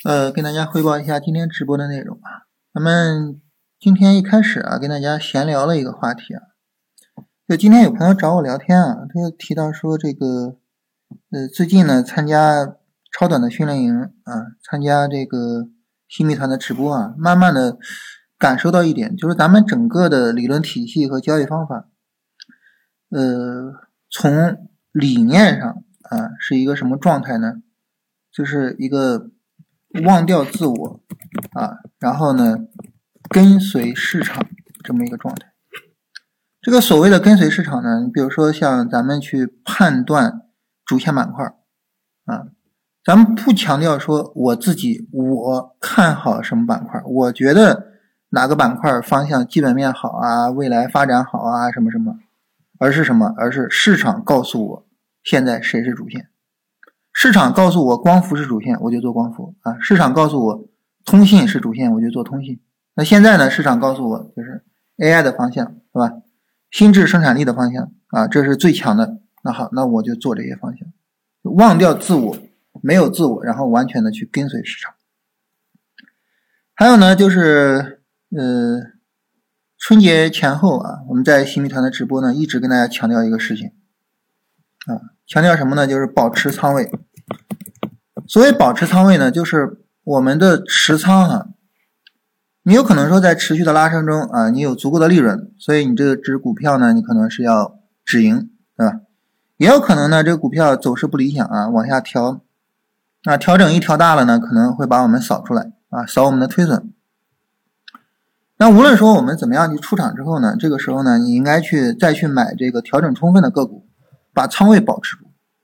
跟大家汇报一下今天直播的内容啊。咱们今天一开始跟大家闲聊了一个话题啊。就今天有朋友找我聊天啊，他就提到说这个最近呢参加超短的训练营啊，参加这个新米团的直播啊，慢慢的感受到一点，就是咱们整个的理论体系和交易方法从理念上是一个什么状态呢？就是一个忘掉自我然后呢跟随市场这么一个状态。这个所谓的跟随市场呢，你比如说像咱们去判断主线板块咱们不强调说我看好什么板块，我觉得哪个板块方向基本面好未来发展好什么什么，而是什么？而是市场告诉我现在谁是主线。市场告诉我光伏是主线，我就做光伏市场告诉我通信是主线，我就做通信。那现在呢，市场告诉我就是 AI 的方向，是吧？心智生产力的方向这是最强的。那好，那我就做这些方向，忘掉自我，没有自我，然后完全的去跟随市场。还有呢，就是春节前后我们在新米团的直播呢，一直跟大家强调一个事情强调什么呢？就是保持仓位。所谓保持仓位呢，就是我们的持仓你有可能说在持续的拉升中你有足够的利润，所以你这个只股票呢，你可能是要止盈，对吧？也有可能呢，这个股票走势不理想往下调，调整一调大了呢，可能会把我们扫出来扫我们的推损。那无论说我们怎么样去出场之后呢，这个时候呢，你应该再去买这个调整充分的个股，把仓位保持住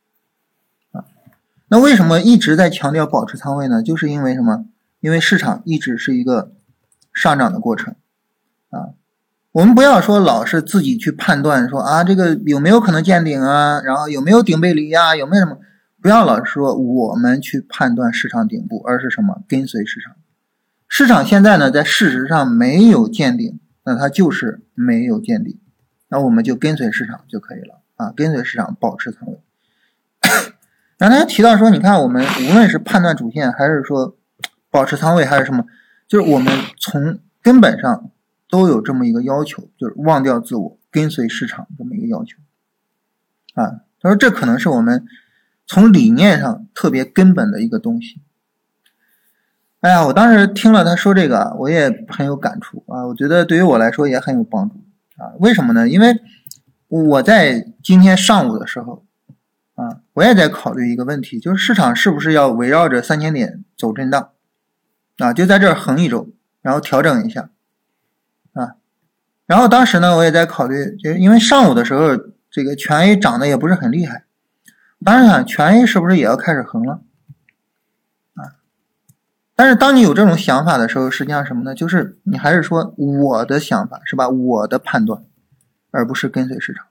那为什么一直在强调保持仓位呢？就是因为什么？因为市场一直是一个上涨的过程我们不要说老是自己去判断说这个有没有可能见顶然后有没有顶背离有没有什么，不要老是说我们去判断市场顶部，而是什么？跟随市场。市场现在呢，在事实上没有见顶，那它就是没有见顶，那我们就跟随市场就可以了跟随市场保持仓位。然后他提到说，你看我们无论是判断主线，还是说保持仓位，还是什么，就是我们从根本上都有这么一个要求，就是忘掉自我，跟随市场这么一个要求他说这可能是我们从理念上特别根本的一个东西。哎呀，我当时听了他说这个我也很有感触我觉得对于我来说也很有帮助为什么呢？因为我在今天上午的时候我也在考虑一个问题，就是市场是不是要围绕着3000点走震荡就在这儿横一周，然后调整一下然后当时呢，我也在考虑，就因为上午的时候这个全 A 涨得也不是很厉害，当时想全 A 是不是也要开始横了但是当你有这种想法的时候，实际上什么呢？就是你还是说我的想法是吧？我的判断，而不是跟随市场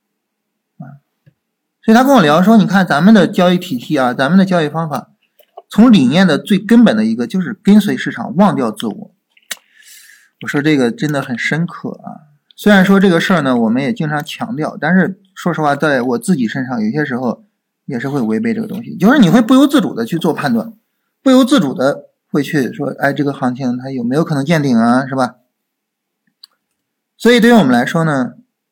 所以他跟我聊说，你看咱们的交易体系咱们的交易方法，从理念的最根本的一个就是跟随市场，忘掉自我。我说这个真的很深刻虽然说这个事儿呢，我们也经常强调，但是说实话，在我自己身上有些时候也是会违背这个东西，就是你会不由自主的去做判断，不由自主的会去说，这个行情它有没有可能见顶是吧？所以对于我们来说呢，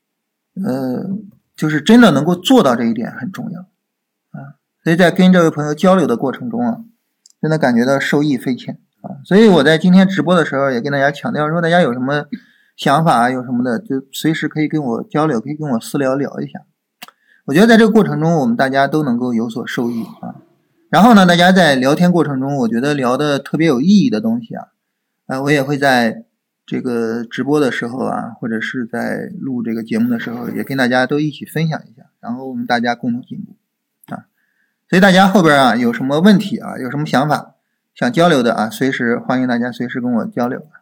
就是真的能够做到这一点很重要所以在跟这位朋友交流的过程中真的感觉到受益匪浅所以我在今天直播的时候也跟大家强调说，大家有什么想法有什么的，就随时可以跟我交流，可以跟我私聊聊一下。我觉得在这个过程中我们大家都能够有所受益然后呢，大家在聊天过程中，我觉得聊的特别有意义的东西我也会在这个直播的时候或者是在录这个节目的时候，也跟大家都一起分享一下，然后我们大家共同进步所以大家后边有什么问题有什么想法想交流的随时欢迎大家随时跟我交流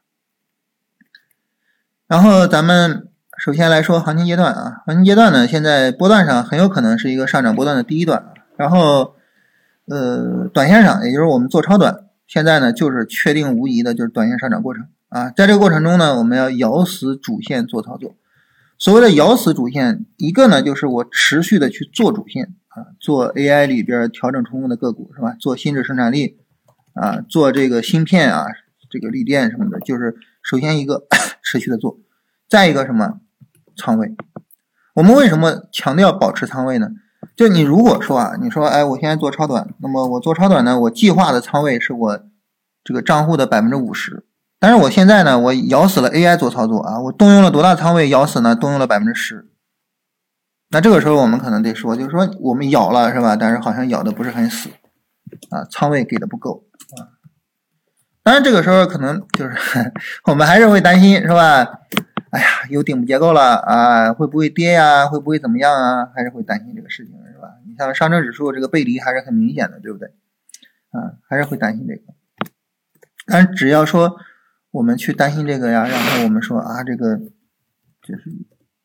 然后咱们首先来说行情阶段行情阶段呢，现在波段上很有可能是一个上涨波段的第一段然后短线上也就是我们做超短，现在呢就是确定无疑的就是短线上涨过程在这个过程中呢，我们要咬死主线做操作。所谓的咬死主线，一个呢就是我持续的去做主线做 AI 里边调整充分的个股是吧？做心智生产力啊，做这个芯片啊，这个锂电什么的，就是首先一个持续的做，再一个什么仓位。我们为什么强调保持仓位呢？就你如果说啊，你说哎，我现在做超短，那么我做超短呢，我计划的仓位是我这个账户的 50%， 但是我现在呢，我咬死了 AI 做操作啊，我动用了多大仓位咬死呢？动用了 10%。 那这个时候我们可能得说，就是说我们咬了是吧，但是好像咬的不是很死啊，仓位给的不够啊。当然这个时候可能就是我们还是会担心是吧，哎呀，有顶部结构了啊，会不会跌呀？会不会怎么样啊？还是会担心这个事情是吧？你像上证指数这个背离还是很明显的，对不对？啊，还是会担心这个。但只要说我们去担心这个呀，然后我们说啊，这个就是，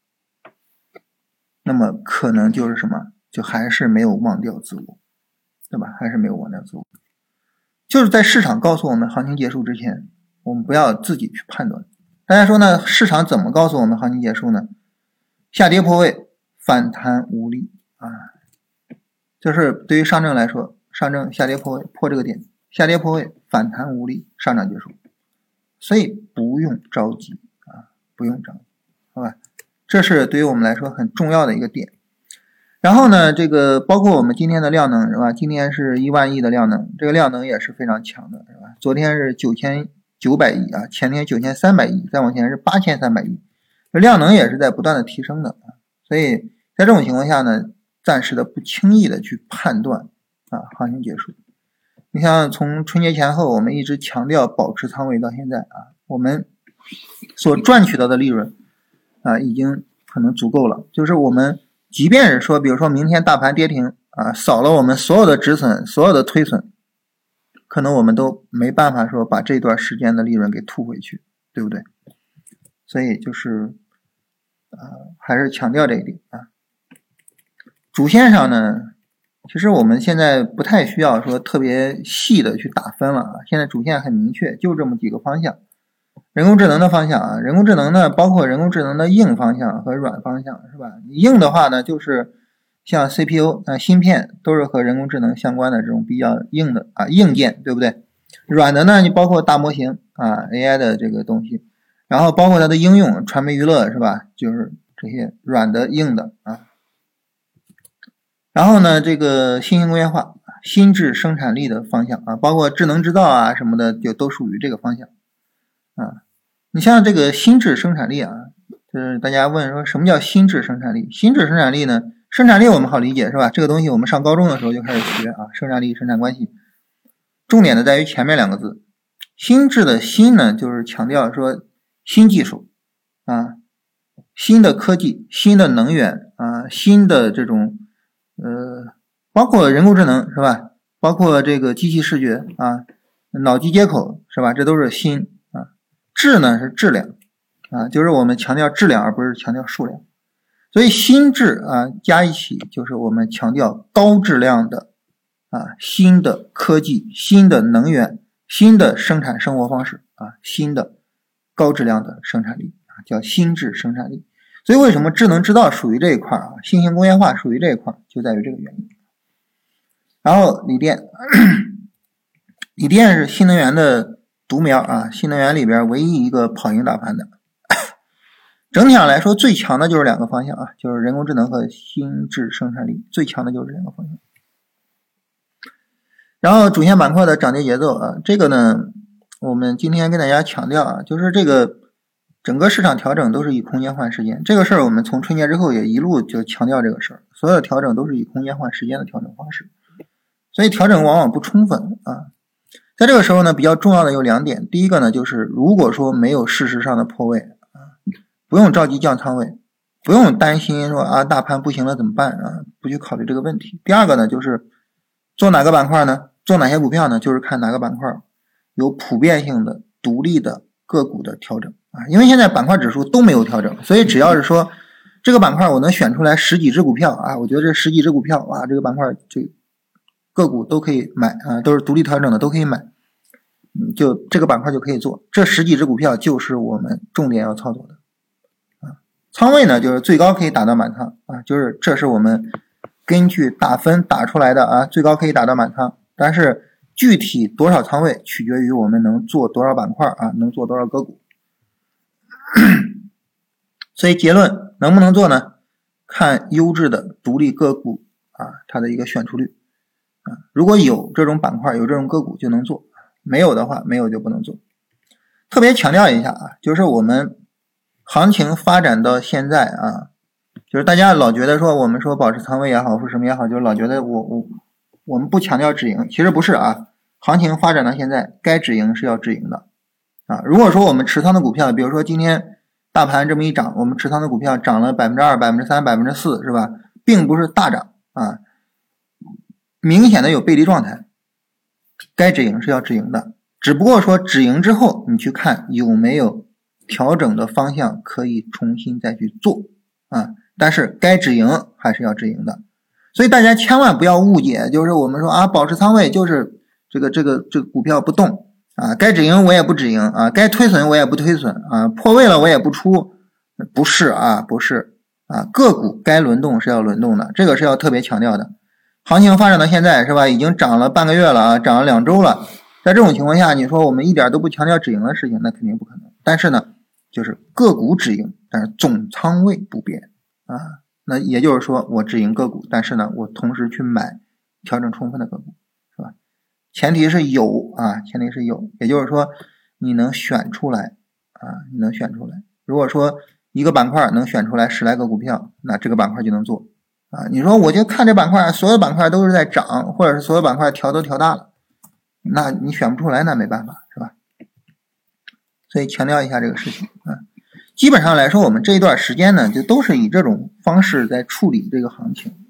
那么可能就是什么？就还是没有忘掉自我，对吧？还是没有忘掉自我。就是在市场告诉我们行情结束之前，我们不要自己去判断。大家说呢，市场怎么告诉我们行情结束呢？下跌破位，反弹无力啊。就是对于上证来说，上证下跌破位，破这个点，下跌破位，反弹无力，上涨结束。所以不用着急啊，不用着急，好吧？这是对于我们来说很重要的一个点。然后呢，这个包括我们今天的量能是吧？今天是1万亿的量能，这个量能也是非常强的，是吧？昨天是9900亿啊，前天9300亿，再往前是8300亿，这量能也是在不断的提升的啊。所以在这种情况下呢，暂时的不轻易的去判断啊，行情结束。你像从春节前后，我们一直强调保持仓位到现在啊，我们所赚取到的利润啊，已经可能足够了。就是我们即便是说，比如说明天大盘跌停啊，扫了我们所有的止损，所有的推损，可能我们都没办法说把这段时间的利润给吐回去，对不对？所以就是还是强调这一点啊。主线上呢，其实我们现在不太需要说特别细的去打分了啊，现在主线很明确，就这么几个方向。人工智能的方向啊，人工智能呢，包括人工智能的硬方向和软方向，是吧？硬的话呢，就是像 CPU 芯片都是和人工智能相关的这种比较硬的啊硬件，对不对？软的呢，你包括大模型啊 AI 的这个东西，然后包括它的应用，传媒娱乐是吧？就是这些软的硬的啊。然后呢，这个新型工业化、新质生产力的方向啊，包括智能制造啊什么的，就都属于这个方向啊。你像这个新质生产力啊，就是大家问说什么叫新质生产力？新质生产力呢，生产力我们好理解是吧？这个东西我们上高中的时候就开始学啊，生产力、生产关系。重点的在于前面两个字，新质的新呢，就是强调说新技术啊，新的科技、新的能源啊，新的这种包括人工智能是吧？包括这个机器视觉啊，脑机接口是吧？这都是新啊。质呢是质量啊，就是我们强调质量而不是强调数量。所以新质啊加一起就是我们强调高质量的啊新的科技、新的能源、新的生产生活方式啊，新的高质量的生产力啊，叫新质生产力。所以为什么智能制造属于这一块啊，新型工业化属于这一块，就在于这个原因。然后锂电，锂电是新能源的独苗啊，新能源里边唯一一个跑赢大盘的。整体上来说，最强的就是两个方向啊，就是人工智能和新质生产力，最强的就是这两个方向。然后主线板块的涨跌节奏啊，这个呢，我们今天跟大家强调啊，就是这个整个市场调整都是以空间换时间，这个事儿我们从春节之后也一路就强调这个事儿，所有的调整都是以空间换时间的调整方式，所以调整往往不充分啊。在这个时候呢，比较重要的有两点，第一个呢，就是如果说没有事实上的破位啊，不用着急降仓位，不用担心说啊大盘不行了怎么办啊，不去考虑这个问题。第二个呢，就是做哪个板块呢？做哪些股票呢？就是看哪个板块有普遍性的独立的个股的调整啊，因为现在板块指数都没有调整，所以只要是说这个板块我能选出来十几只股票啊，我觉得这十几只股票啊，这个板块这个股都可以买啊，都是独立调整的都可以买，就这个板块就可以做，这十几只股票就是我们重点要操作的啊。仓位呢，就是最高可以打到满仓啊，就是这是我们根据打分打出来的啊，最高可以打到满仓，但是具体多少仓位取决于我们能做多少板块啊，能做多少个股。所以结论能不能做呢？看优质的独立个股啊，它的一个选出率啊，如果有这种板块有这种个股就能做，没有的话没有就不能做。特别强调一下啊，就是我们行情发展到现在啊，就是大家老觉得说我们说保持仓位也好或什么也好，就是老觉得我们不强调止盈，其实不是啊，行情发展到现在该止盈是要止盈的啊。如果说我们持仓的股票，比如说今天大盘这么一涨，我们持仓的股票涨了 2%、3%、4%是吧，并不是大涨啊，明显的有背离状态，该止盈是要止盈的，只不过说止盈之后你去看有没有调整的方向可以重新再去做啊，但是该止盈还是要止盈的。所以大家千万不要误解，就是我们说啊，保持仓位就是这个股票不动啊，该止盈我也不止盈啊，该推损我也不推损啊，破位了我也不出，不是啊，不是啊，个股该轮动是要轮动的，这个是要特别强调的。行情发展到现在是吧，已经涨了半个月了啊，涨了2周了，在这种情况下，你说我们一点都不强调止盈的事情，那肯定不可能。但是呢，就是个股止盈，但是总仓位不变啊。那也就是说我止盈个股，但是呢我同时去买调整充分的个股，是吧？前提是有啊，前提是有，也就是说你能选出来啊，你能选出来。如果说一个板块能选出来10来个股票，那这个板块就能做啊。你说我就看这板块，所有板块都是在涨，或者是所有板块调都调大了，那你选不出来，那没办法，是吧？所以强调一下这个事情啊。基本上来说，我们这一段时间呢，就都是以这种方式在处理这个行情